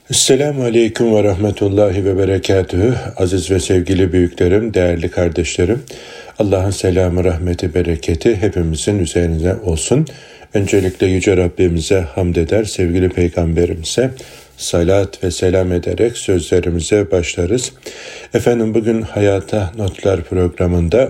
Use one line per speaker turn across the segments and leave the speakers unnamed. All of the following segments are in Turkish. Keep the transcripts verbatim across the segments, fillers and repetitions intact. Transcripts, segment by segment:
Esselamu Aleyküm ve Rahmetullahi ve Berekatühü. Aziz ve sevgili büyüklerim, değerli kardeşlerim. Allah'ın selamı, rahmeti, bereketi hepimizin üzerine olsun. Öncelikle Yüce Rabbimize hamd eder, sevgili Peygamberimize salat ve selam ederek sözlerimize başlarız. Efendim bugün Hayata Notlar programında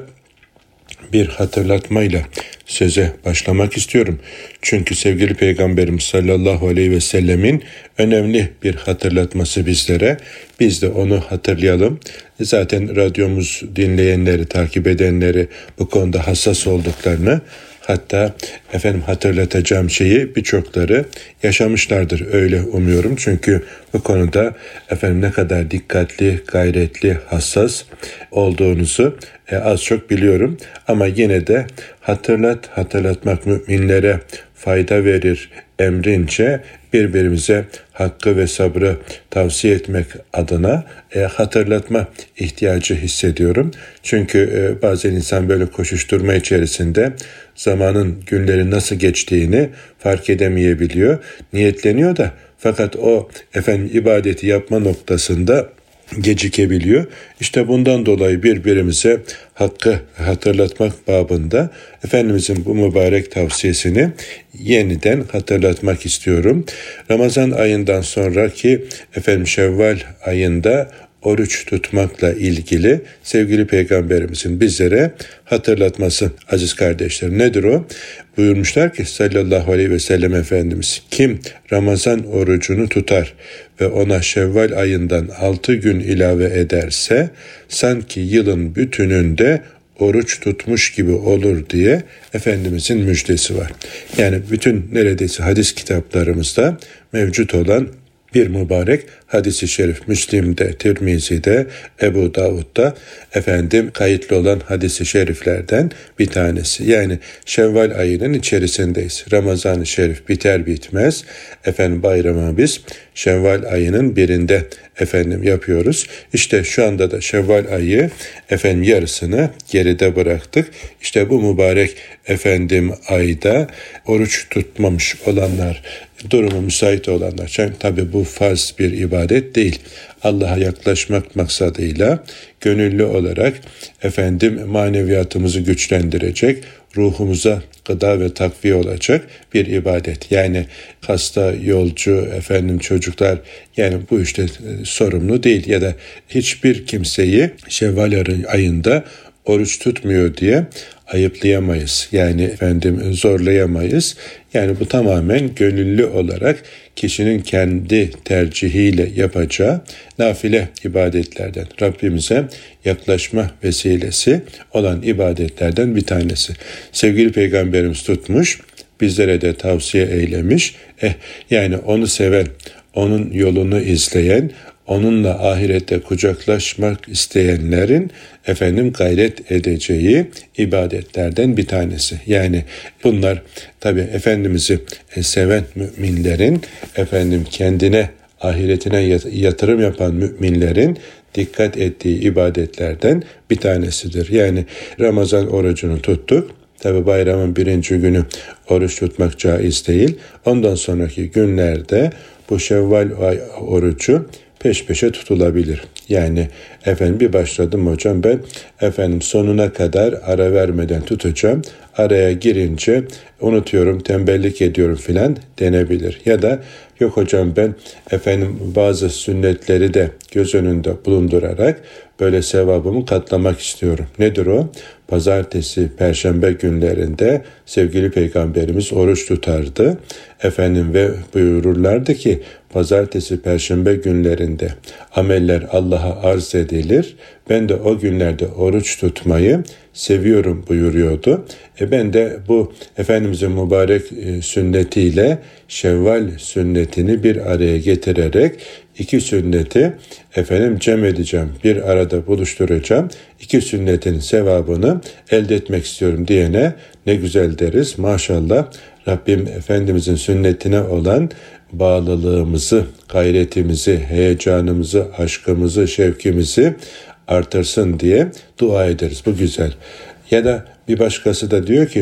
bir hatırlatmayla söze başlamak istiyorum. Çünkü sevgili Peygamberimiz sallallahu aleyhi ve sellemin önemli bir hatırlatması bizlere. Biz de onu hatırlayalım. Zaten radyomuz dinleyenleri, takip edenleri bu konuda hassas olduklarını, hatta efendim hatırlatacağım şeyi birçokları yaşamışlardır, öyle umuyorum. Çünkü bu konuda efendim ne kadar dikkatli, gayretli, hassas olduğunuzu e, az çok biliyorum. Ama yine de hatırlat, hatırlatmak müminlere fayda verir emrince birbirimize hakkı ve sabrı tavsiye etmek adına e, hatırlatma ihtiyacı hissediyorum. Çünkü e, bazen insan böyle koşuşturma içerisinde zamanın, günlerin nasıl geçtiğini fark edemeyebiliyor. Niyetleniyor da fakat o efendim ibadeti yapma noktasında gecikebiliyor. İşte bundan dolayı birbirimize hakkı hatırlatmak babında Efendimizin bu mübarek tavsiyesini yeniden hatırlatmak istiyorum. Ramazan ayından sonraki efendim Şevval ayında oruç tutmakla ilgili sevgili Peygamberimizin bizlere hatırlatması aziz kardeşlerim. Nedir o? Buyurmuşlar ki sallallahu aleyhi ve sellem Efendimiz, kim Ramazan orucunu tutar ve ona Şevval ayından altı gün ilave ederse sanki yılın bütününde oruç tutmuş gibi olur diye Efendimizin müjdesi var. Yani bütün neredeyse hadis kitaplarımızda mevcut olan bir mübarek hadis-i şerif, Müslim'de, Tirmizi'de, Ebu Davud'da efendim kayıtlı olan hadis-i şeriflerden bir tanesi. Yani Şevval ayının içerisindeyiz. Ramazan-ı Şerif biter bitmez efendim bayramı biz Şevval ayının birinde efendim yapıyoruz. İşte şu anda da Şevval ayı efendim yarısını geride bıraktık. İşte bu mübarek efendim ayda oruç tutmamış olanlar, durumu müsait olanlar. Çünkü tabii bu farz bir ibadet değil. Allah'a yaklaşmak maksadıyla gönüllü olarak efendim maneviyatımızı güçlendirecek, ruhumuza gıda ve takviye olacak bir ibadet. Yani hasta, yolcu, efendim çocuklar yani bu işte sorumlu değil ya da hiçbir kimseyi Şevval ayında oruç tutmuyor diye ayıplayamayız. Yani efendim zorlayamayız. Yani bu tamamen gönüllü olarak kişinin kendi tercihiyle yapacağı nafile ibadetlerden, Rabbimize yaklaşma vesilesi olan ibadetlerden bir tanesi. Sevgili Peygamberimiz tutmuş, bizlere de tavsiye eylemiş. Eh, yani onu seven, onun yolunu izleyen, onunla ahirette kucaklaşmak isteyenlerin efendim gayret edeceği ibadetlerden bir tanesi. Yani bunlar tabii Efendimiz'i seven müminlerin, efendim kendine, ahiretine yatırım yapan müminlerin dikkat ettiği ibadetlerden bir tanesidir. Yani Ramazan orucunu tuttuk. Tabi bayramın birinci günü oruç tutmak caiz değil. Ondan sonraki günlerde bu Şevval orucu peş peşe tutulabilir. Yani efendim bir başladım hocam ben efendim sonuna kadar ara vermeden tutacağım. Araya girince unutuyorum, tembellik ediyorum filan denebilir. Ya da yok hocam ben efendim bazı sünnetleri de göz önünde bulundurarak böyle sevabımı katlamak istiyorum. Nedir o? Pazartesi, Perşembe günlerinde sevgili Peygamberimiz oruç tutardı. Efendim ve buyururlardı ki Pazartesi, Perşembe günlerinde ameller Allah'a arz edilir. Ben de o günlerde oruç tutmayı seviyorum buyuruyordu. E ben de bu Efendimizin mübarek e, sünnetiyle Şevval sünnetini bir araya getirerek iki sünneti efendim cem edeceğim, bir arada buluşturacağım. İki sünnetin sevabını elde etmek istiyorum diyene ne güzel deriz. Maşallah Rabbim Efendimizin sünnetine olan bağlılığımızı, gayretimizi, heyecanımızı, aşkımızı, şevkimizi artırsın diye dua ederiz. Bu güzel. Ya da bir başkası da diyor ki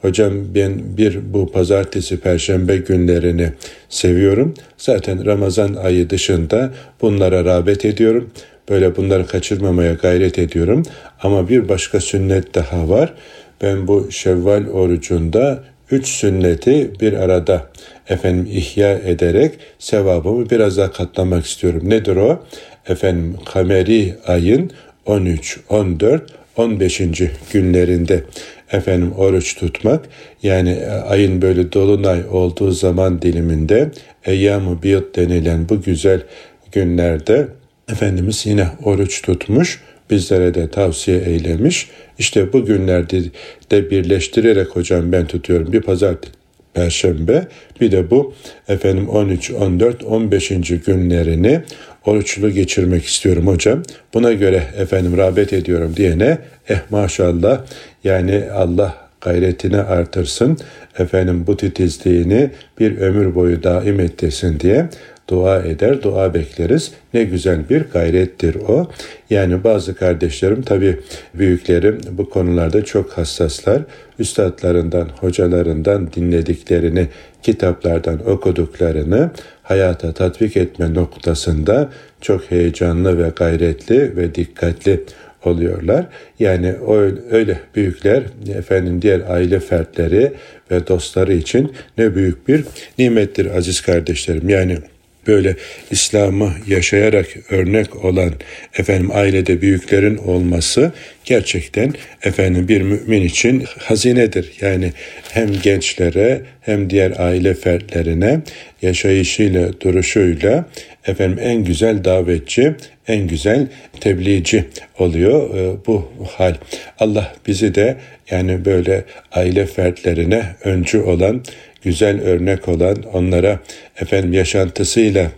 hocam ben bir bu pazartesi, perşembe günlerini seviyorum. Zaten Ramazan ayı dışında bunlara rağbet ediyorum. Böyle bunları kaçırmamaya gayret ediyorum. Ama bir başka sünnet daha var. Ben bu Şevval orucunda üç sünneti bir arada efendim ihya ederek sevabımı biraz daha katlamak istiyorum. Nedir o? Efendim kameri ayın on üç, on dört, on beşinci günlerinde efendim oruç tutmak, yani ayın böyle dolunay olduğu zaman diliminde eyyam-ı biyad denilen bu güzel günlerde Efendimiz yine oruç tutmuş, bizlere de tavsiye eylemiş. İşte bu günlerde de birleştirerek hocam ben tutuyorum. Bir pazartesi, perşembe, bir de bu efendim on üç, on dört, on beşinci günlerini oruçlu geçirmek istiyorum hocam. Buna göre efendim rağbet ediyorum diyene eh maşallah, yani Allah gayretini artırsın, efendim bu titizliğini bir ömür boyu daim ettirsin diye dua eder, dua bekleriz. Ne güzel bir gayrettir o. Yani bazı kardeşlerim, tabii büyüklerim bu konularda çok hassaslar. Üstadlarından, hocalarından dinlediklerini, kitaplardan okuduklarını hayata tatbik etme noktasında çok heyecanlı ve gayretli ve dikkatli oluyorlar. Yani öyle büyükler, efendim diğer aile fertleri ve dostları için ne büyük bir nimettir aziz kardeşlerim. Yani böyle İslam'ı yaşayarak örnek olan efendim ailede büyüklerin olması gerçekten efendim bir mümin için hazinedir. Yani hem gençlere hem diğer aile fertlerine yaşayışıyla, duruşuyla efendim en güzel davetçi, en güzel tebliğci oluyor e, bu hal. Allah bizi de yani böyle aile fertlerine öncü olan, güzel örnek olan, onlara efendim yaşantısıyla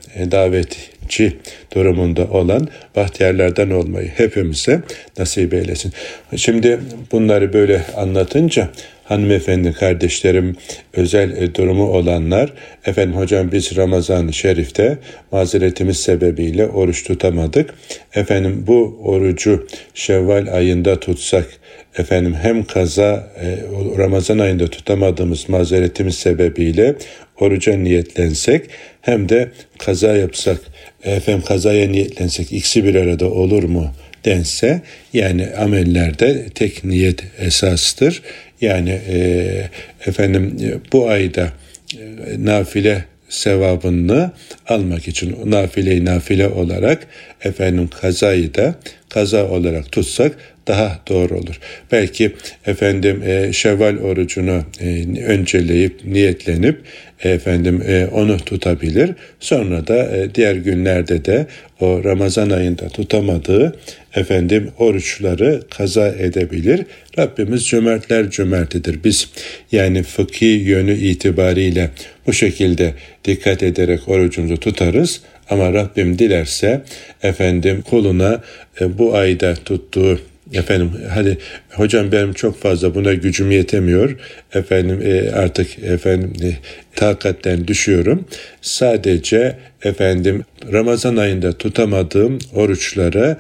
davetçi durumunda olan bahtiyarlardan olmayı hepimize nasip eylesin. Şimdi bunları böyle anlatınca hanımefendi kardeşlerim, özel durumu olanlar, efendim hocam biz Ramazan-ı Şerif'te mazeretimiz sebebiyle oruç tutamadık. Efendim bu orucu Şevval ayında tutsak, efendim hem kaza Ramazan ayında tutamadığımız mazeretimiz sebebiyle oruca niyetlensek, hem de kaza yapsak, efendim kazaya niyetlensek, ikisi bir arada olur mu dense, yani amellerde tek niyet esastır. Yani e, efendim bu ayda e, nafile sevabını almak için nafile-i nafile olarak efendim kazayı da kaza olarak tutsak daha doğru olur. Belki efendim e, Şevval orucunu e, önceleyip niyetlenip e, efendim e, onu tutabilir. Sonra da e, diğer günlerde de o Ramazan ayında tutamadığı efendim oruçları kaza edebilir. Rabbimiz cömertler cömertidir. Biz yani fıkhi yönü itibariyle bu şekilde dikkat ederek orucumuzu tutarız. Ama Rabbim dilerse efendim kuluna e, bu ayda tuttuğu efendim hadi hocam benim çok fazla buna gücüm yetemiyor, efendim e, artık efendim e, takatten düşüyorum. Sadece efendim Ramazan ayında tutamadığım oruçlara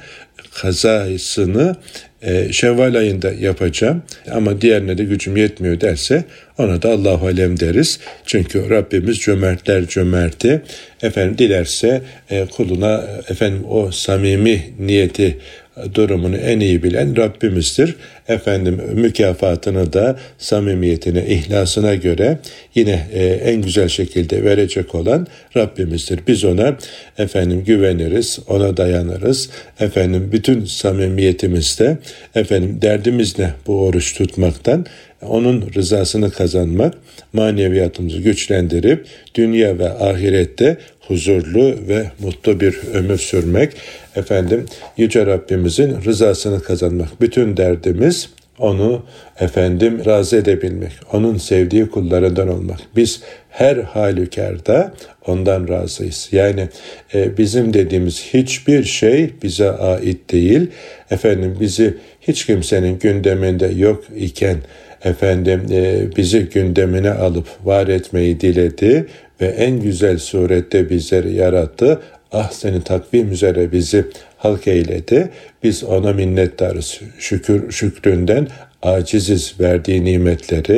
kazasını e, Şevval ayında yapacağım ama diğerine de gücüm yetmiyor derse ona da Allahu alem deriz. Çünkü Rabbimiz cömertler cömerti. Efendim dilerse e, kuluna efendim o samimi niyeti, durumunu en iyi bilen Rabbimizdir. Efendim mükafatını da samimiyetine, ihlasına göre yine e, en güzel şekilde verecek olan Rabbimizdir. Biz ona efendim güveniriz, ona dayanırız. Efendim bütün samimiyetimizde efendim derdimiz ne bu oruç tutmaktan? Onun rızasını kazanmak, maneviyatımızı güçlendirip dünya ve ahirette huzurlu ve mutlu bir ömür sürmek, efendim Yüce Rabbimizin rızasını kazanmak. Bütün derdimiz onu efendim razı edebilmek, onun sevdiği kullarından olmak. Biz her halükarda ondan razıyız. Yani e, bizim dediğimiz hiçbir şey bize ait değil. Efendim bizi hiç kimsenin gündeminde yok iken efendim e, bizi gündemine alıp var etmeyi diledi ve en güzel surette bizleri yarattı. Ahsen-i takvim üzere bizi halk eyledi. Biz ona minnettarız. Şükür, şükründen aciziz, verdiği nimetleri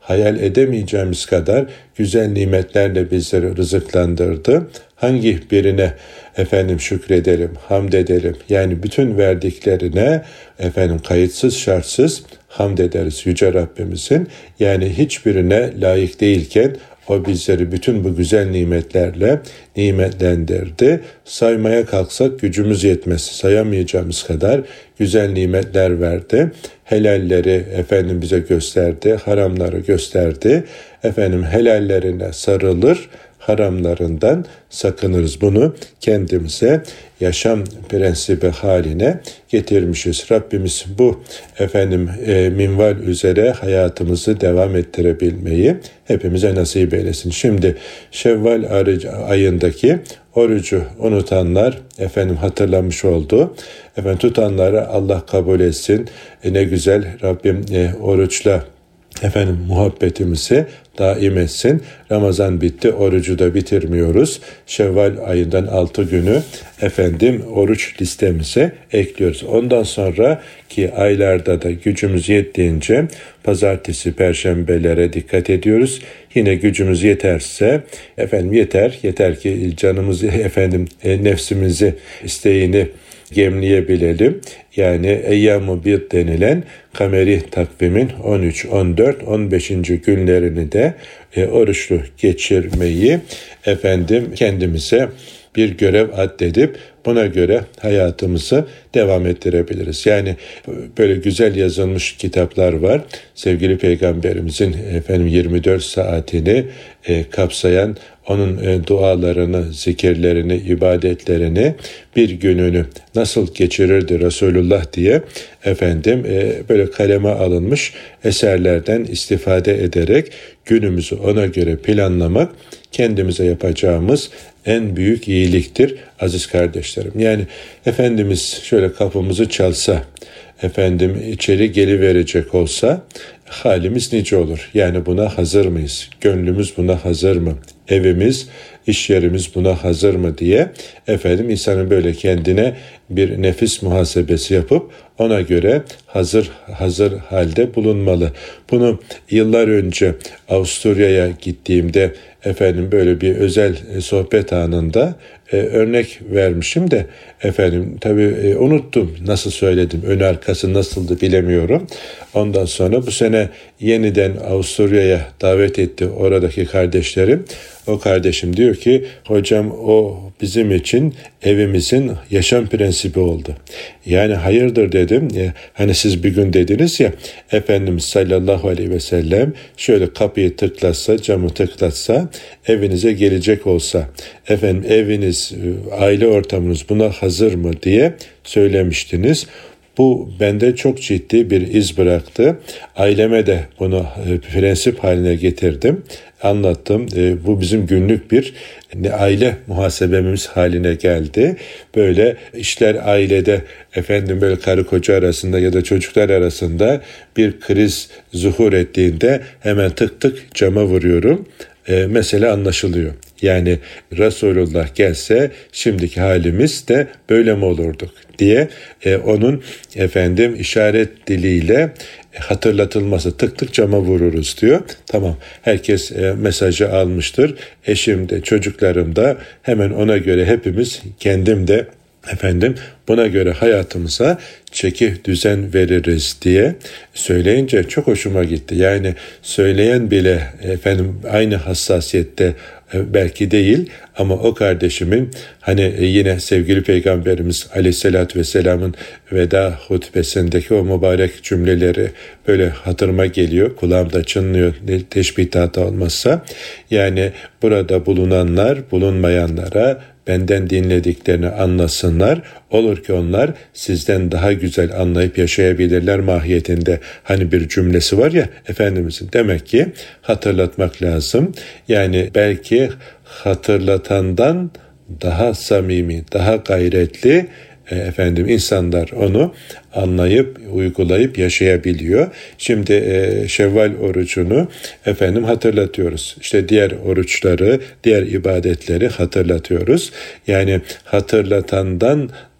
hayal edemeyeceğimiz kadar güzel nimetlerle bizleri rızıklandırdı. Hangi birine efendim şükredelim, hamd edelim? Yani bütün verdiklerine efendim kayıtsız şartsız hamd ederiz Yüce Rabbimizin. Yani hiçbirine layık değilken o bizleri bütün bu güzel nimetlerle nimetlendirdi. Saymaya kalksak gücümüz yetmez. Sayamayacağımız kadar güzel nimetler verdi. Helalleri efendim bize gösterdi, haramları gösterdi. Efendim helallerine sarılır, haramlarından sakınırız. Bunu kendimize yaşam prensibi haline getirmişiz. Rabbimiz bu efendim e, minval üzere hayatımızı devam ettirebilmeyi hepimize nasip eylesin. Şimdi Şevval ayındaki orucu unutanlar efendim hatırlamış oldu. Efendim tutanları Allah kabul etsin. E, ne güzel Rabbim e, oruçla efendim muhabbetimizi daim etsin. Ramazan bitti, orucu da bitirmiyoruz. Şevval ayından altı günü efendim oruç listemize ekliyoruz. Ondan sonraki aylarda da gücümüz yettiğince pazartesi, perşembelere dikkat ediyoruz. Yine gücümüz yeterse efendim yeter, yeter ki canımızı efendim nefsimizi, isteğini gemleyebilelim. Yani Eyyam-ı Bid denilen kameri takvimin on üç, on dört, on beşinci günlerini de e, oruçlu geçirmeyi efendim kendimize bir görev addedip buna göre hayatımızı devam ettirebiliriz. Yani böyle güzel yazılmış kitaplar var. Sevgili Peygamberimizin efendim yirmi dört saatini e, kapsayan onun e, dualarını, zikirlerini, ibadetlerini, bir gününü nasıl geçirirdi Resulullah diye efendim e, böyle kaleme alınmış eserlerden istifade ederek günümüzü ona göre planlamak kendimize yapacağımız en büyük iyiliktir aziz kardeşlerim. Yani Efendimiz şöyle kapımızı çalsa, efendim içeri geliverecek olsa halimiz nice olur? Yani buna hazır mıyız? Gönlümüz buna hazır mı? Evimiz, iş yerimiz buna hazır mı diye efendim insanın böyle kendine bir nefis muhasebesi yapıp ona göre hazır hazır halde bulunmalı. Bunu yıllar önce Avusturya'ya gittiğimde efendim böyle bir özel sohbet anında e, örnek vermişim de efendim tabii e, unuttum nasıl söyledim, ön arkası nasıldı bilemiyorum. Ondan sonra bu sene yeniden Avusturya'ya davet etti oradaki kardeşlerim. O kardeşim diyor ki hocam o bizim için evimizin yaşam prensibi oldu. Yani hayırdır dedim. Ya, hani siz bir gün dediniz ya Efendimiz sallallahu aleyhi ve sellem şöyle kapıyı tıklatsa, camı tıklatsa, evinize gelecek olsa, efendim eviniz, aile ortamınız buna hazır mı diye söylemiştiniz. Bu bende çok ciddi bir iz bıraktı. Aileme de bunu prensip haline getirdim. Anlattım. E, bu bizim günlük bir aile muhasebemiz haline geldi. Böyle işler ailede efendim böyle karı koca arasında ya da çocuklar arasında bir kriz zuhur ettiğinde hemen tık tık cama vuruyorum. E, mesele anlaşılıyor. Yani Resulullah gelse şimdiki halimiz de böyle mi olurduk diye e, onun efendim işaret diliyle hatırlatılması, tık tık cama vururuz diyor. Tamam, herkes e, mesajı almıştır. Eşim de çocuklarım da hemen ona göre hepimiz, kendim de efendim buna göre hayatımıza çeki düzen veririz diye söyleyince çok hoşuma gitti. Yani söyleyen bile efendim aynı hassasiyette belki değil ama o kardeşimin hani yine sevgili Peygamberimiz Aleyhisselatü Vesselam'ın veda hutbesindeki o mübarek cümleleri böyle hatırıma geliyor, kulağımda çınlıyor teşbih hata olmazsa. Yani burada bulunanlar bulunmayanlara benden dinlediklerini anlasınlar. Olur ki onlar sizden daha güzel anlayıp yaşayabilirler mahiyetinde. Hani bir cümlesi var ya Efendimizin. Demek ki hatırlatmak lazım. Yani belki hatırlatandan daha samimi, daha gayretli efendim insanlar onu anlayıp uygulayıp yaşayabiliyor. Şimdi e, Şevval orucunu efendim hatırlatıyoruz. İşte diğer oruçları, diğer ibadetleri hatırlatıyoruz. Yani hatırlatandan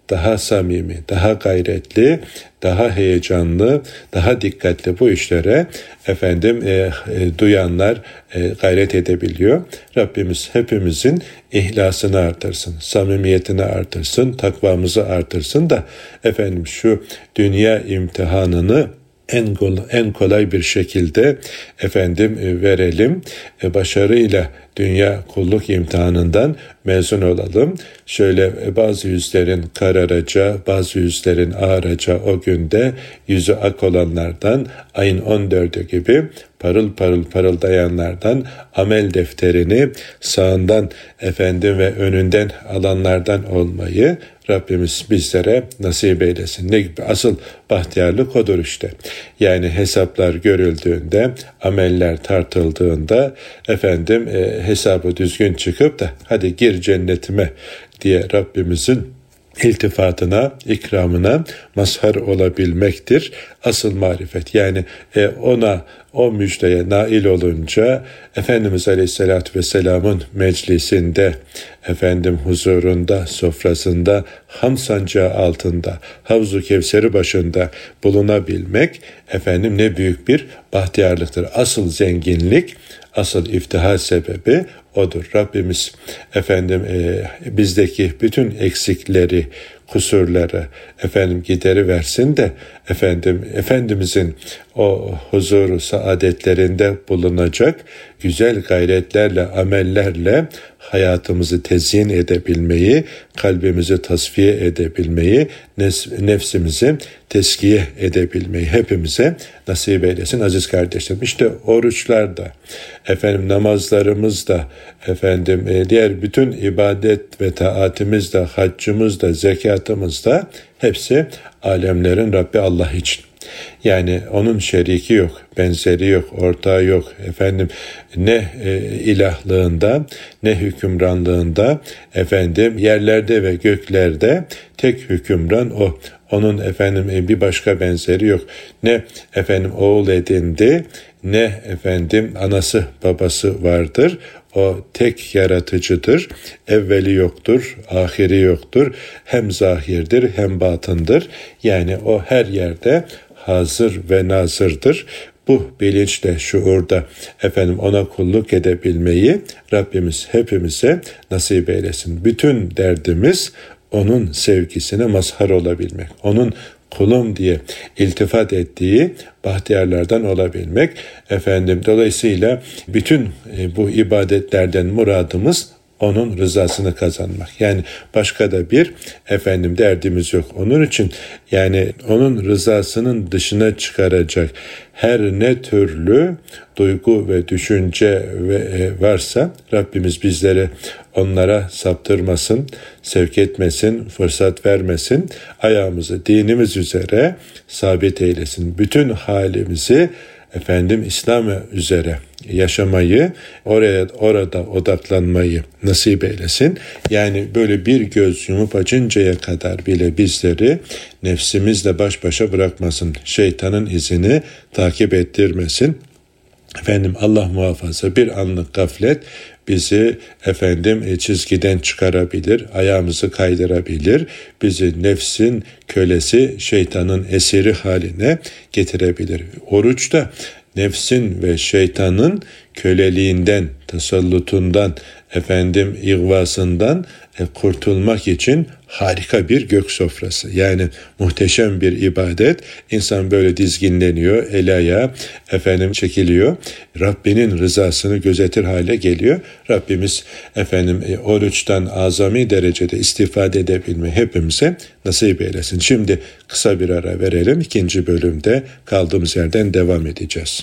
daha samimi, daha gayretli, daha heyecanlı, daha dikkatli bu işlere efendim e, e, duyanlar e, gayret edebiliyor. Rabbimiz hepimizin ihlasını artırsın, samimiyetini artırsın, takvamızı artırsın da efendim şu dünya imtihanını en kolay, en kolay bir şekilde efendim verelim. E, başarıyla dünya kulluk imtihanından mezun olalım. Şöyle bazı yüzlerin kararacağı, bazı yüzlerin ağaracağı o günde yüzü ak olanlardan, ayın on dördü gibi parıl parıl parıldayanlardan, amel defterini sağından efendim ve önünden alanlardan olmayı Rabbimiz bizlere nasip eylesin. Ne gibi? Asıl bahtiyarlık odur işte. Yani hesaplar görüldüğünde, ameller tartıldığında efendim e, hesabı düzgün çıkıp da hadi gir cennetime diye Rabbimizin iltifatına, ikramına mazhar olabilmektir asıl marifet. Yani e, ona, o müjdeye nail olunca Efendimiz Aleyhisselatü Vesselam'ın meclisinde, efendim huzurunda, sofrasında, ham sancağı altında, Havzu Kevser'i başında bulunabilmek efendim ne büyük bir bahtiyarlıktır. Asıl zenginlik, asıl iftihar sebebi odur. Rabbimiz efendim e, bizdeki bütün eksikleri, kusurları efendim gideri versin de efendim Efendimizin o huzuru saadetlerinde bulunacak güzel gayretlerle, amellerle hayatımızı tezyin edebilmeyi, kalbimizi tasfiye edebilmeyi, nefsimizi teskiye edebilmeyi hepimize nasip eylesin aziz kardeşlerim. İşte oruçlarda, efendim namazlarımızda, efendim diğer bütün ibadet ve taatimiz de, haccımız da, zekatımız da hepsi alemlerin Rabbi Allah için. Yani onun şeriki yok, benzeri yok, ortağı yok. Efendim ne e, ilahlığında, ne hükümranlığında, efendim yerlerde ve göklerde tek hükümran o. Onun efendim bir başka benzeri yok. Ne efendim oğul edindi, ne efendim anası babası vardır. O tek yaratıcıdır. Evveli yoktur, ahiri yoktur. Hem zahirdir hem batındır. Yani o her yerde hazır ve nazırdır. Bu bilinçle, şuurda efendim ona kulluk edebilmeyi Rabbimiz hepimize nasip eylesin. Bütün derdimiz onun sevgisine mazhar olabilmek. Onun kulum diye iltifat ettiği bahtiyarlardan olabilmek. Efendim dolayısıyla bütün e, bu ibadetlerden muradımız onun rızasını kazanmak. Yani başka da bir efendim derdimiz yok. Onun için yani onun rızasının dışına çıkaracak her ne türlü duygu ve düşünce ve varsa Rabbimiz bizleri onlara saptırmasın, sevk etmesin, fırsat vermesin. Ayağımızı dinimiz üzere sabit eylesin. Bütün halimizi efendim İslam üzere yaşamayı, oraya orada odaklanmayı nasip eylesin. Yani böyle bir göz yumup açıncaya kadar bile bizleri nefsimizle baş başa bırakmasın. Şeytanın izini takip ettirmesin. Efendim Allah muhafaza bir anlık gaflet bizi efendim çizgiden çıkarabilir, ayağımızı kaydırabilir, bizi nefsin kölesi, şeytanın esiri haline getirebilir. Oruçta nefsin ve şeytanın köleliğinden, tasallutundan, efendim ihvasından e, kurtulmak için harika bir gök sofrası. Yani muhteşem bir ibadet. İnsan böyle dizginleniyor, el ayağı efendim çekiliyor. Rabbinin rızasını gözetir hale geliyor. Rabbimiz efendim e, oruçtan azami derecede istifade edebilmeyi hepimize nasip eylesin. Şimdi kısa bir ara verelim. İkinci bölümde kaldığımız yerden devam edeceğiz.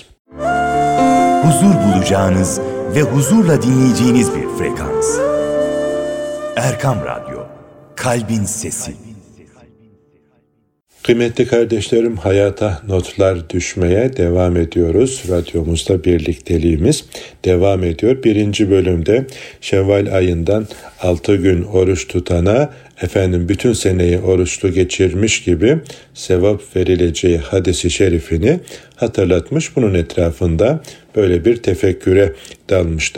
Huzur bulacağınız ve huzurla dinleyeceğiniz bir frekans. Erkam Radyo, Kalbin Sesi.
Kıymetli kardeşlerim, hayata notlar düşmeye devam ediyoruz. Radyomuzda birlikteliğimiz devam ediyor. Birinci bölümde Şevval ayından altı gün oruç tutana efendim bütün seneyi oruçlu geçirmiş gibi sevap verileceği hadisi şerifini hatırlatmış. Bunun etrafında böyle bir tefekküre dalmıştık.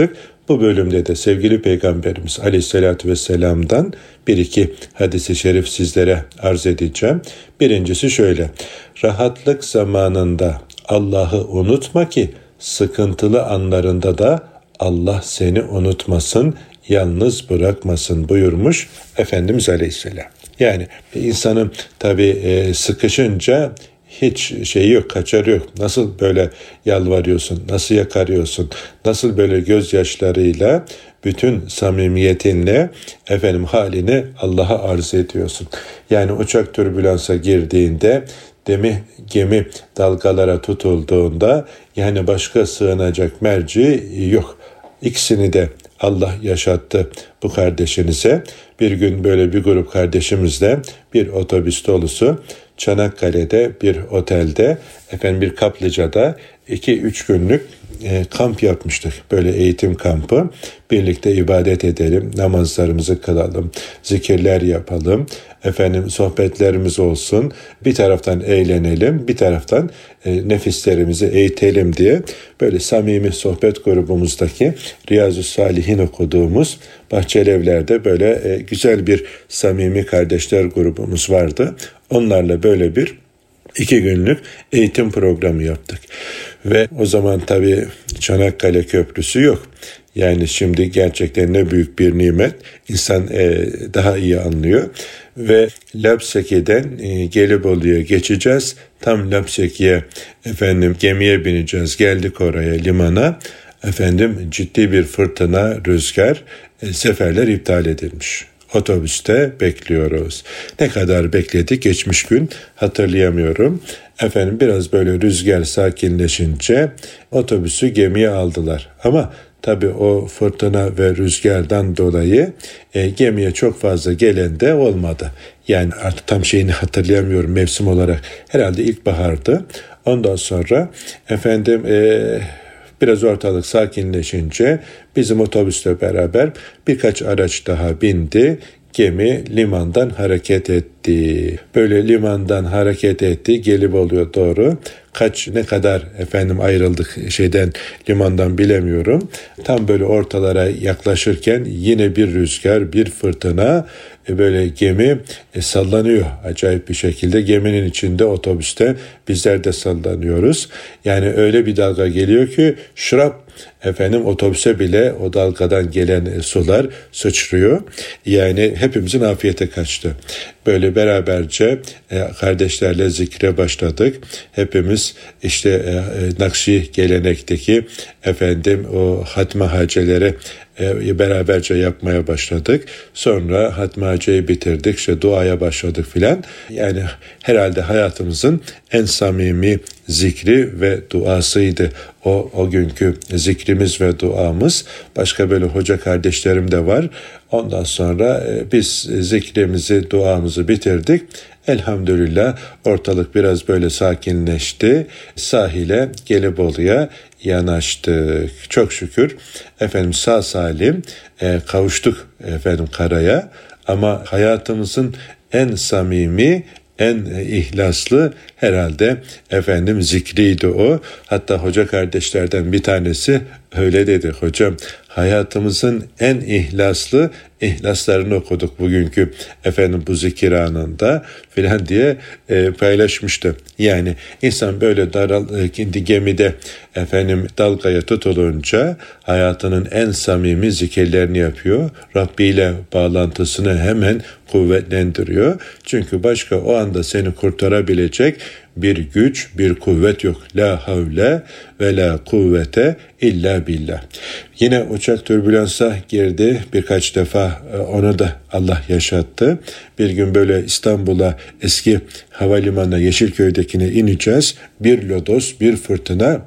Bu bölümde de sevgili Peygamberimiz Aleyhisselatü Vesselam'dan bir iki hadis-i şerif sizlere arz edeceğim. Birincisi şöyle: rahatlık zamanında Allah'ı unutma ki sıkıntılı anlarında da Allah seni unutmasın, yalnız bırakmasın buyurmuş Efendimiz Aleyhisselam. Yani insanın tabii sıkışınca hiç şeyi yok, kaçarı yok. Nasıl böyle yalvarıyorsun, nasıl yakarıyorsun, nasıl böyle gözyaşlarıyla, bütün samimiyetinle efendim halini Allah'a arz ediyorsun. Yani uçak türbülansa girdiğinde, demi gemi dalgalara tutulduğunda yani başka sığınacak merci yok. İkisini de Allah yaşattı bu kardeşinize. Bir gün böyle bir grup kardeşimizle bir otobüs dolusu Çanakkale'de bir otelde, efendim bir kaplıcada iki üç günlük e, kamp yapmıştık. Böyle eğitim kampı. Birlikte ibadet edelim, namazlarımızı kılalım, zikirler yapalım, efendim sohbetlerimiz olsun. Bir taraftan eğlenelim, bir taraftan e, nefislerimizi eğitelim diye böyle samimi sohbet grubumuzdaki Riyazu Salihin okuduğumuz Bahçelievler'de böyle e, güzel bir samimi kardeşler grubumuz vardı. Onlarla böyle bir iki günlük eğitim programı yaptık. Ve o zaman tabii Çanakkale Köprüsü yok. Yani şimdi gerçekten ne büyük bir nimet. İnsan e, daha iyi anlıyor. Ve Lapseki'den e, Gelibolu'ya geçeceğiz. Tam Lapseki'ye efendim gemiye bineceğiz. Geldik oraya, limana. Efendim ciddi bir fırtına, rüzgar, e, seferler iptal edilmiş. Otobüste bekliyoruz. Ne kadar bekledik geçmiş gün hatırlayamıyorum. Efendim biraz böyle rüzgar sakinleşince otobüsü gemiye aldılar. Ama tabii o fırtına ve rüzgardan dolayı e, gemiye çok fazla gelen de olmadı. Yani artık tam şeyini hatırlayamıyorum mevsim olarak. Herhalde ilkbahardı. Ondan sonra efendim e, biraz ortalık sakinleşince bizim otobüsle beraber birkaç araç daha bindi. Gemi limandan hareket etti. Böyle limandan hareket etti. Gelibolu'ya doğru. Kaç ne kadar efendim ayrıldık şeyden, limandan bilemiyorum. Tam böyle ortalara yaklaşırken yine bir rüzgar, bir fırtına, e böyle gemi e, sallanıyor acayip bir şekilde. Geminin içinde, otobüste bizler de sallanıyoruz. Yani öyle bir dalga geliyor ki şırap efendim otobüse bile o dalgadan gelen sular sıçrıyor. Yani hepimizin afiyete kaçtı. Böyle beraberce e, kardeşlerle zikre başladık. Hepimiz işte e, Nakşi gelenekteki efendim o hatma haceleri e, beraberce yapmaya başladık. Sonra hatma haceyi bitirdik. İşte duaya başladık filan. Yani herhalde hayatımızın en samimi zikri ve duasıydı o o günkü zikrimiz ve duamız. Başka böyle hoca kardeşlerim de var. Ondan sonra e, biz zikrimizi, duamızı bitirdik. Elhamdülillah ortalık biraz böyle sakinleşti. Sahile, Gelibolu'ya yanaştık. Çok şükür efendim sağ salim e, kavuştuk efendim karaya. Ama hayatımızın en samimi, en ihlaslı herhalde efendim zikriydi o. Hatta hoca kardeşlerden bir tanesi öyle dedi: hocam hayatımızın en ihlaslı ihlaslarını okuduk bugünkü efendim bu zikir anında filan diye e, paylaşmıştı. Yani insan böyle daral e, gemide efendim dalgaya tutulunca hayatının en samimi zikirlerini yapıyor. Rabbi ile bağlantısını hemen kuvvetlendiriyor. Çünkü başka o anda seni kurtarabilecek bir güç, bir kuvvet yok. La havle ve la kuvvete illa billah. Yine uçak türbülansa girdi birkaç defa, onu da Allah yaşattı. Bir gün böyle İstanbul'a, eski havalimanına, Yeşilköy'dekine ineceğiz. Bir lodos, bir fırtına.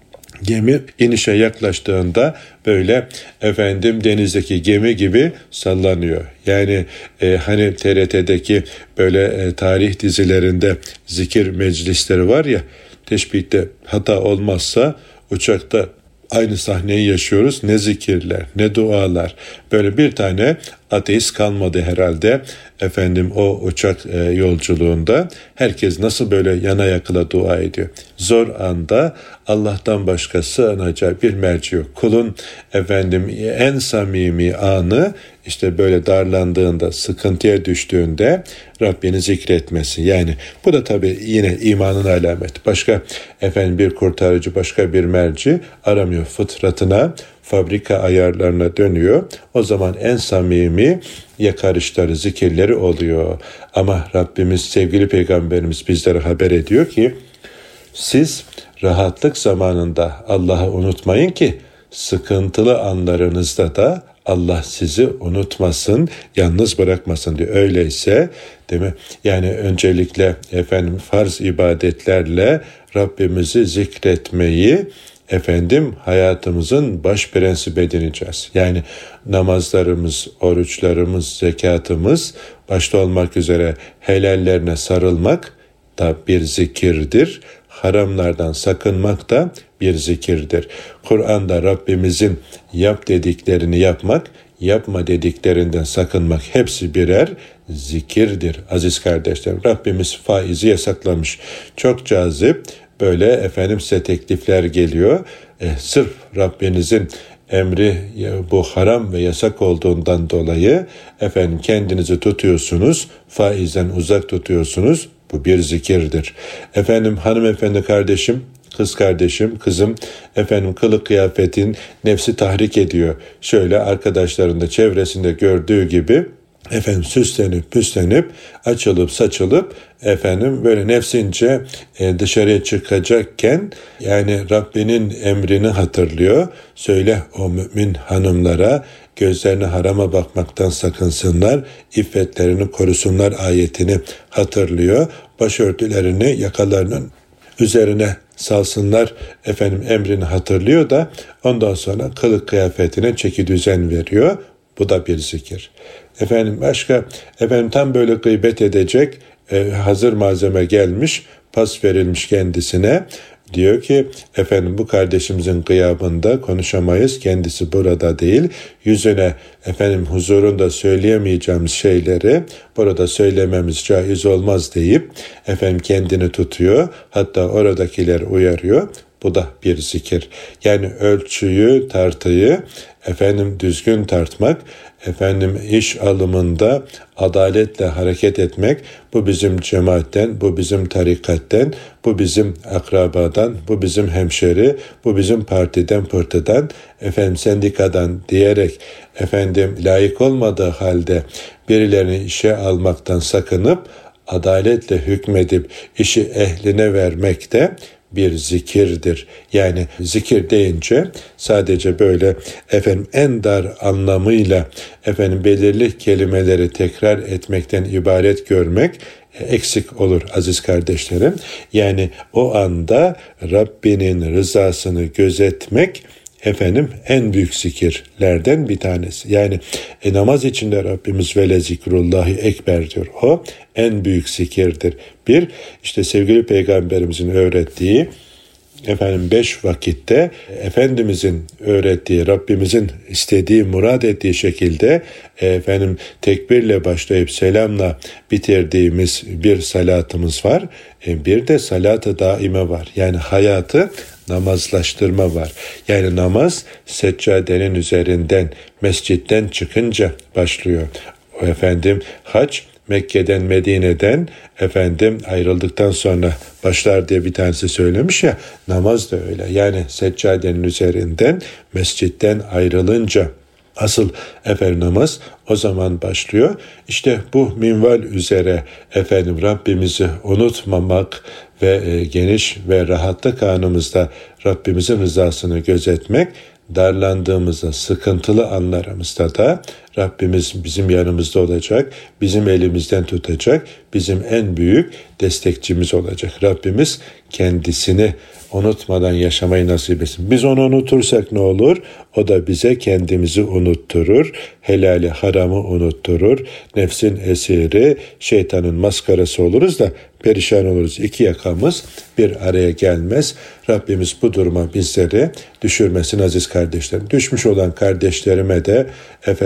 Gemi inişe yaklaştığında böyle efendim denizdeki gemi gibi sallanıyor. Yani e, hani T R T'deki böyle e, tarih dizilerinde zikir meclisleri var ya, teşbihte hata olmazsa uçakta aynı sahneyi yaşıyoruz. Ne zikirler, ne dualar. Böyle bir tane ateist kalmadı herhalde. Efendim o uçak e, yolculuğunda herkes nasıl böyle yana yakıla dua ediyor. Zor anda Allah'tan başka sığınacağı bir merci yok. Kulun efendim en samimi anı işte böyle darlandığında, sıkıntıya düştüğünde Rabbini zikretmesi. Yani bu da tabii yine imanın alameti. Başka efendim bir kurtarıcı, başka bir merci aramıyor. Fıtratına, fabrika ayarlarına dönüyor. O zaman en samimi yakarışları, zikirleri oluyor. Ama Rabbimiz, sevgili Peygamberimiz bizlere haber ediyor ki siz rahatlık zamanında Allah'ı unutmayın ki sıkıntılı anlarınızda da Allah sizi unutmasın, yalnız bırakmasın diyor. Öyleyse değil mi? Yani öncelikle efendim farz ibadetlerle Rabbimizi zikretmeyi efendim hayatımızın baş prensibi edineceğiz. Yani namazlarımız, oruçlarımız, zekatımız başta olmak üzere helallerine sarılmak da bir zikirdir. Haramlardan sakınmak da bir zikirdir. Kur'an'da Rabbimizin yap dediklerini yapmak, yapma dediklerinden sakınmak hepsi birer zikirdir aziz kardeşlerim. Rabbimiz faizi yasaklamış. Çok cazip böyle efendim size teklifler geliyor. E, sırf Rabbinizin emri bu haram ve yasak olduğundan dolayı efendim kendinizi tutuyorsunuz, faizden uzak tutuyorsunuz. Bu bir zikirdir. Efendim hanımefendi kardeşim, kız kardeşim, kızım efendim kılık kıyafetin nefsi tahrik ediyor. Şöyle arkadaşlarında, çevresinde gördüğü gibi efendim süslenip püslenip açılıp saçılıp efendim böyle nefsince e, dışarıya çıkacakken yani Rabbinin emrini hatırlıyor. Söyle o mümin hanımlara gözlerine harama bakmaktan sakınsınlar, iffetlerini korusunlar ayetini hatırlıyor. Başörtülerini yakalarının üzerine salsınlar efendim emrini hatırlıyor da ondan sonra kılık kıyafetine çeki düzen veriyor. Bu da bir zikir. Efendim başka efendim tam böyle gıybet edecek e, hazır malzeme gelmiş, pas verilmiş kendisine. Diyor ki efendim bu kardeşimizin gıyabında konuşamayız. Kendisi burada değil. Yüzüne efendim huzurunda söyleyemeyeceğimiz şeyleri burada söylememiz caiz olmaz deyip efendim kendini tutuyor. Hatta oradakileri uyarıyor. Bu da bir zikir. Yani ölçüyü, tartıyı efendim düzgün tartmak, efendim iş alımında adaletle hareket etmek, bu bizim cemaatten, bu bizim tarikatten, bu bizim akrabadan, bu bizim hemşeri, bu bizim partiden, pırtıdan, efendim sendikadan diyerek efendim layık olmadığı halde birilerini işe almaktan sakınıp adaletle hükmedip işi ehline vermek de bir zikirdir. Yani zikir deyince sadece böyle efendim en dar anlamıyla efendim belirli kelimeleri tekrar etmekten ibaret görmek eksik olur aziz kardeşlerim. Yani o anda Rabbinin rızasını gözetmek efendim en büyük zikirlerden bir tanesi. Yani e, namaz içinde Rabbimiz vele zikrullahi ekber diyor. O en büyük zikirdir. Bir, işte sevgili Peygamberimizin öğrettiği efendim beş vakitte Efendimizin öğrettiği, Rabbimizin istediği, murad ettiği şekilde efendim tekbirle başlayıp selamla bitirdiğimiz bir salatımız var. Bir de salat-ı daime var. Yani hayatı namazlaştırma var. Yani namaz seccadenin üzerinden mescitten çıkınca başlıyor. O efendim hac Mekke'den, Medine'den efendim ayrıldıktan sonra başlar diye bir tanesi söylemiş ya, namaz da öyle. Yani seccadenin üzerinden mescitten ayrılınca asıl efendim namaz o zaman başlıyor. İşte bu minval üzere efendim Rabbimizi unutmamak ve e, geniş ve rahatlık anımızda Rabbimizin rızasını gözetmek, darlandığımızda, sıkıntılı anlarımızda da Rabbimiz bizim yanımızda olacak, bizim elimizden tutacak, bizim en büyük destekçimiz olacak. Rabbimiz kendisini unutmadan yaşamayı nasip etsin. Biz onu unutursak ne olur? O da bize kendimizi unutturur, helali haramı unutturur, nefsin esiri, şeytanın maskarası oluruz da perişan oluruz. İki yakamız bir araya gelmez. Rabbimiz bu duruma bizleri düşürmesin aziz kardeşlerim. Düşmüş olan kardeşlerime de efendim bir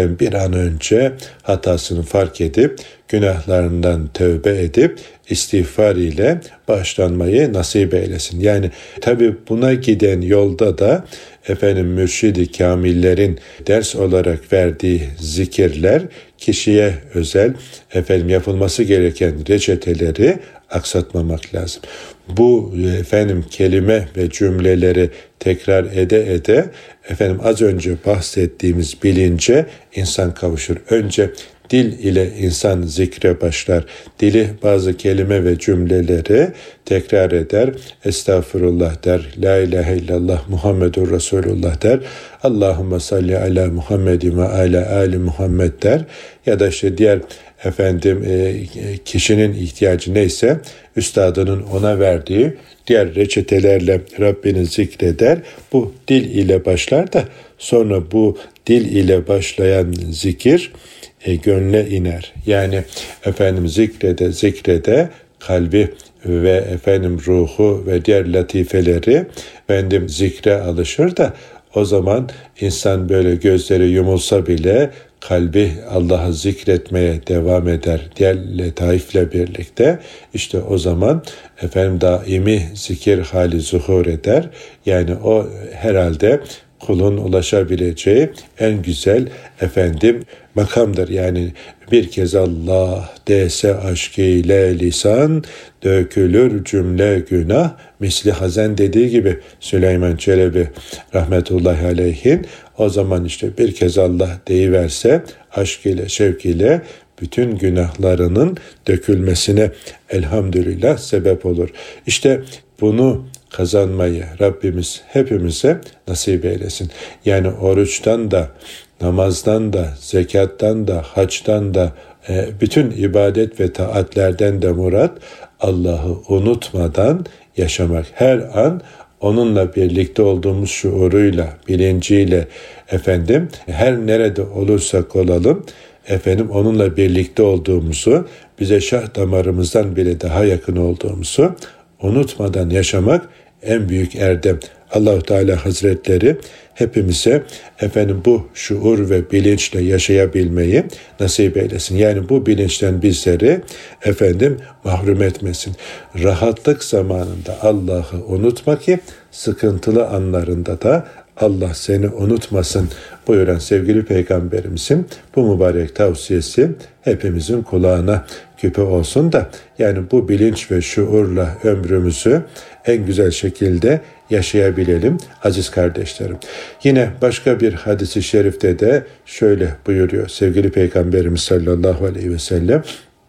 an önce hatasını fark edip günahlarından tövbe edip istiğfar ile bağışlanmayı nasip eylesin. Yani tabi buna giden yolda da efendim mürşid-i kamillerin ders olarak verdiği zikirler kişiye özel efendim yapılması gereken reçeteleri aksatmamak lazım. Bu efendim kelime ve cümleleri tekrar ede ede efendim az önce bahsettiğimiz bilince insan kavuşur. Önce dil ile insan zikre başlar. Dili bazı kelime ve cümleleri tekrar eder. Estağfurullah der. La ilahe illallah Muhammedur Resulullah der. Allahümme salli ala Muhammedin ve ala ali Muhammed der. Ya da işte diğer efendim e, kişinin ihtiyacı neyse üstadının ona verdiği diğer reçetelerle Rabbini zikreder. Bu dil ile başlar da sonra bu dil ile başlayan zikir e, gönle iner. Yani efendim zikrede zikrede kalbi ve efendim ruhu ve diğer latifeleri efendim zikre alışır da o zaman insan böyle gözleri yumulsa bile kalbi Allah'ı zikretmeye devam eder. Diğer letaifle birlikte işte o zaman efendim daimi zikir hali zuhur eder. Yani o herhalde kulun ulaşabileceği en güzel efendim makamdır. Yani bir kez Allah dese aşk ile lisan, dökülür cümle günah. Misli Hazen dediği gibi Süleyman Çelebi rahmetullahi aleyhin, o zaman işte bir kez Allah deyiverse aşk ile şevk ile bütün günahlarının dökülmesine elhamdülillah sebep olur. İşte bunu kazanmayı Rabbimiz hepimize nasip eylesin. Yani oruçtan da, namazdan da, zekattan da, haçtan da, bütün ibadet ve taatlerden de murat Allah'ı unutmadan yaşamak. Her an onunla birlikte olduğumuz şuuruyla, bilinciyle efendim her nerede olursak olalım efendim onunla birlikte olduğumuzu, bize şah damarımızdan bile daha yakın olduğumuzu unutmadan yaşamak en büyük erdem. Allah-u Teala Hazretleri hepimize efendim bu şuur ve bilinçle yaşayabilmeyi nasip eylesin. Yani bu bilinçten bizleri efendim mahrum etmesin. Rahatlık zamanında Allah'ı unutma ki sıkıntılı anlarında da Allah seni unutmasın buyuran sevgili Peygamberimizin bu mübarek tavsiyesi hepimizin kulağına küpe olsun da yani bu bilinç ve şuurla ömrümüzü en güzel şekilde yaşayabilelim aziz kardeşlerim. Yine başka bir hadis-i şerifte de şöyle buyuruyor sevgili Peygamberimiz sallallahu aleyhi ve sellem: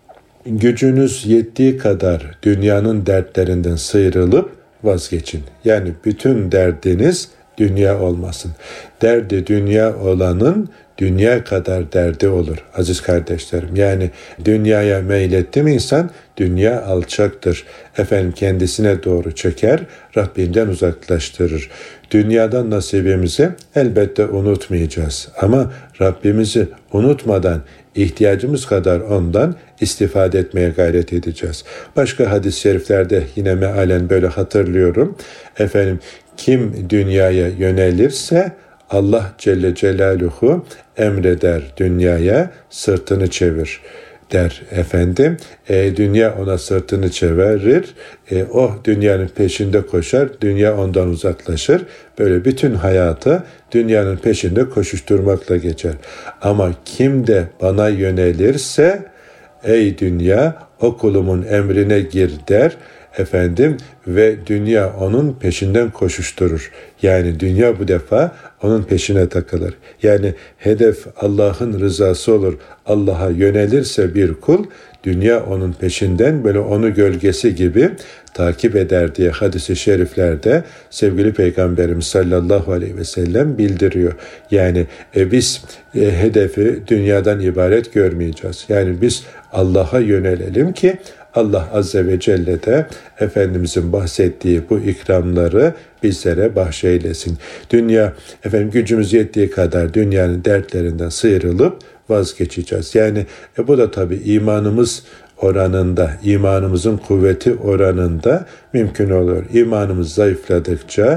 gücünüz yettiği kadar dünyanın dertlerinden sıyrılıp vazgeçin. Yani bütün derdiniz dünya olmasın. Derdi dünya olanın dünya kadar derdi olur aziz kardeşlerim. Yani dünyaya meyletti mi insan, dünya alçaktır. Efendim kendisine doğru çeker, Rabbinden uzaklaştırır. Dünyadan nasibimizi elbette unutmayacağız. Ama Rabbimizi unutmadan ihtiyacımız kadar ondan istifade etmeye gayret edeceğiz. Başka hadis-i şeriflerde yine mealen böyle hatırlıyorum. Efendim kim dünyaya yönelirse Allah Celle Celaluhu emreder dünyaya sırtını çevir der efendim. E, dünya ona sırtını çevirir. E, o dünyanın peşinde koşar. Dünya ondan uzaklaşır. Böyle bütün hayatı dünyanın peşinde koşuşturmakla geçer. Ama kim de bana yönelirse ey dünya o kulumun emrine gir der efendim ve dünya onun peşinden koşuşturur. Yani dünya bu defa onun peşine takılır. Yani hedef Allah'ın rızası olur. Allah'a yönelirse bir kul, dünya onun peşinden böyle onu gölgesi gibi takip eder diye hadis-i şeriflerde sevgili Peygamberimiz sallallahu aleyhi ve sellem bildiriyor. Yani e, biz e, hedefi dünyadan ibaret görmeyeceğiz. Yani biz Allah'a yönelelim ki Allah Azze ve Celle de Efendimizin bahsettiği bu ikramları bizlere bahşeylesin. Dünya, efendim gücümüz yettiği kadar dünyanın dertlerinden sıyrılıp vazgeçeceğiz. Yani e, bu da tabii imanımız oranında, imanımızın kuvveti oranında mümkün olur. İmanımız zayıfladıkça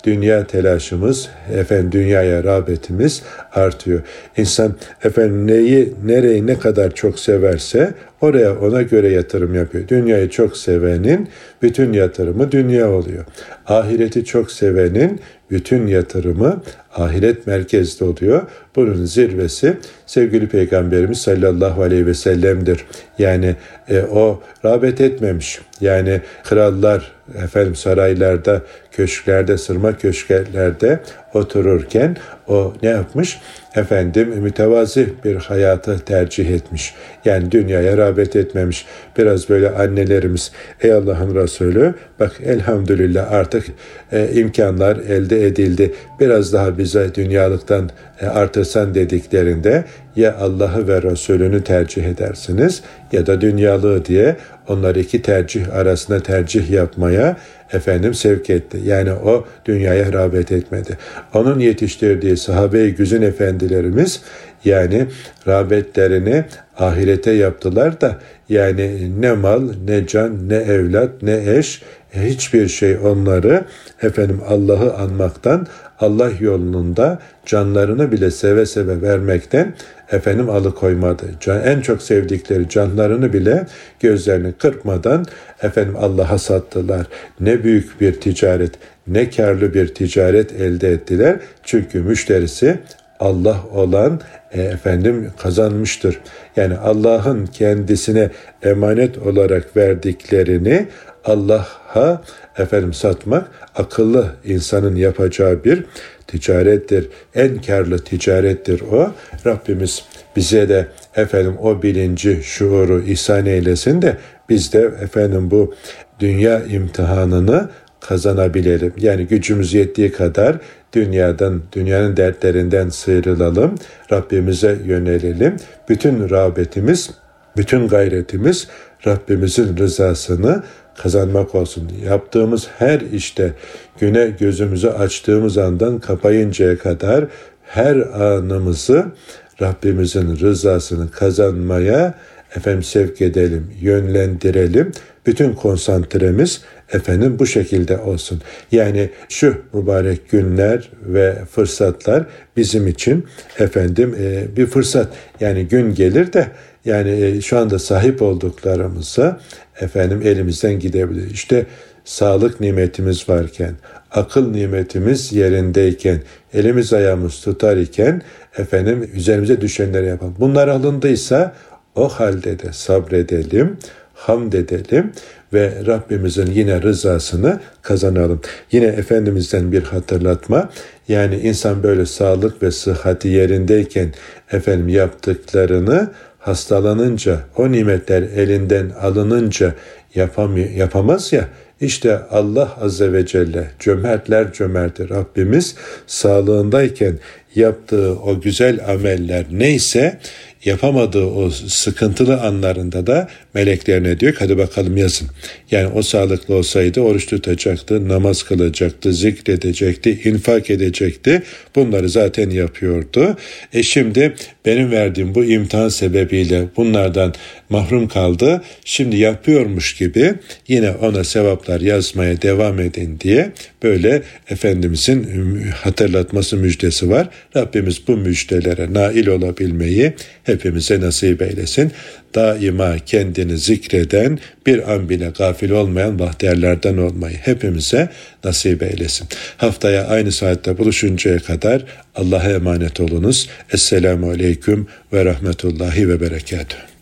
dünya telaşımız, efendim dünyaya rağbetimiz artıyor. İnsan efendim neyi, nereyi ne kadar çok severse oraya ona göre yatırım yapıyor. Dünyayı çok sevenin bütün yatırımı dünya oluyor. Ahireti çok sevenin bütün yatırımı ahiret merkezde oluyor. Bunun zirvesi sevgili Peygamberimiz sallallahu aleyhi ve sellem'dir. Yani e, o rağbet etmemiş. Yani krallar efendim saraylarda, köşklerde, sırma köşklerde otururken o ne yapmış? Efendim mütevazi bir hayatı tercih etmiş. Yani dünyaya rağbet etmemiş. Biraz böyle annelerimiz, ey Allah'ın Resulü bak elhamdülillah artık e, imkanlar elde edildi. Biraz daha bize dünyalıktan e, artırsan dediklerinde ya Allah'ı ve Resulünü tercih edersiniz ya da dünyalığı diye onlar iki tercih arasında tercih yapmaya efendim sevk etti. Yani o dünyaya rağbet etmedi. Onun yetiştirdiği sahabe-i güzin efendilerimiz yani rağbetlerini ahirete yaptılar da yani ne mal, ne can, ne evlat, ne eş, hiçbir şey onları efendim Allah'ı anmaktan, Allah yolunda canlarını bile seve seve vermekten efendim alıkoymadı. Can, en çok sevdikleri canlarını bile gözlerini kırpmadan efendim Allah'a sattılar. Ne büyük bir ticaret, ne karlı bir ticaret elde ettiler. Çünkü müşterisi Allah olan e, efendim kazanmıştır. Yani Allah'ın kendisine emanet olarak verdiklerini Allah'a efendim satmak akıllı insanın yapacağı bir ticarettir. En karlı ticarettir o. Rabbimiz bize de efendim o bilinci, şuuru ihsan eylesin de biz de efendim bu dünya imtihanını kazanabilelim. Yani gücümüz yettiği kadar dünyadan, dünyanın dertlerinden sıyrılalım. Rabbimize yönelelim. Bütün rağbetimiz, bütün gayretimiz Rabbimizin rızasını kazanmak olsun. Yaptığımız her işte güne gözümüzü açtığımız andan kapayıncaya kadar her anımızı Rabbimizin rızasını kazanmaya efendim sevk edelim, yönlendirelim. Bütün konsantremiz efendim bu şekilde olsun. Yani şu mübarek günler ve fırsatlar bizim için efendim e, bir fırsat. Yani gün gelir de yani e, şu anda sahip olduklarımıza efendim elimizden gidebilir. İşte sağlık nimetimiz varken, akıl nimetimiz yerindeyken, elimiz ayağımız tutar iken efendim üzerimize düşenleri yapalım. Bunlar alındıysa o halde de sabredelim, hamd edelim ve Rabbimizin yine rızasını kazanalım. Yine Efendimiz'den bir hatırlatma. Yani insan böyle sağlık ve sıhhati yerindeyken efendim yaptıklarını hastalanınca, o nimetler elinden alınınca yapamıyor, yapamaz ya. İşte Allah Azze ve Celle cömertler cömerti Rabbimiz sağlığındayken yaptığı o güzel ameller neyse yapamadığı o sıkıntılı anlarında da meleklerine diyor hadi bakalım yazın. Yani o sağlıklı olsaydı oruç tutacaktı, namaz kılacaktı, zikredecekti, infak edecekti. Bunları zaten yapıyordu. E şimdi benim verdiğim bu imtihan sebebiyle bunlardan mahrum kaldı. Şimdi yapıyormuş gibi yine ona sevaplar yazmaya devam edin diye böyle Efendimizin hatırlatması müjdesi var. Rabbimiz bu müjdelere nail olabilmeyi hepimize nasip eylesin. Daima kendini zikreden, bir an bile gafil olmayan bahtiyarlardan olmayı hepimize nasip eylesin. Haftaya aynı saatte buluşuncaya kadar Allah'a emanet olunuz. Esselamu aleyküm ve rahmetullahi ve berekatuhu.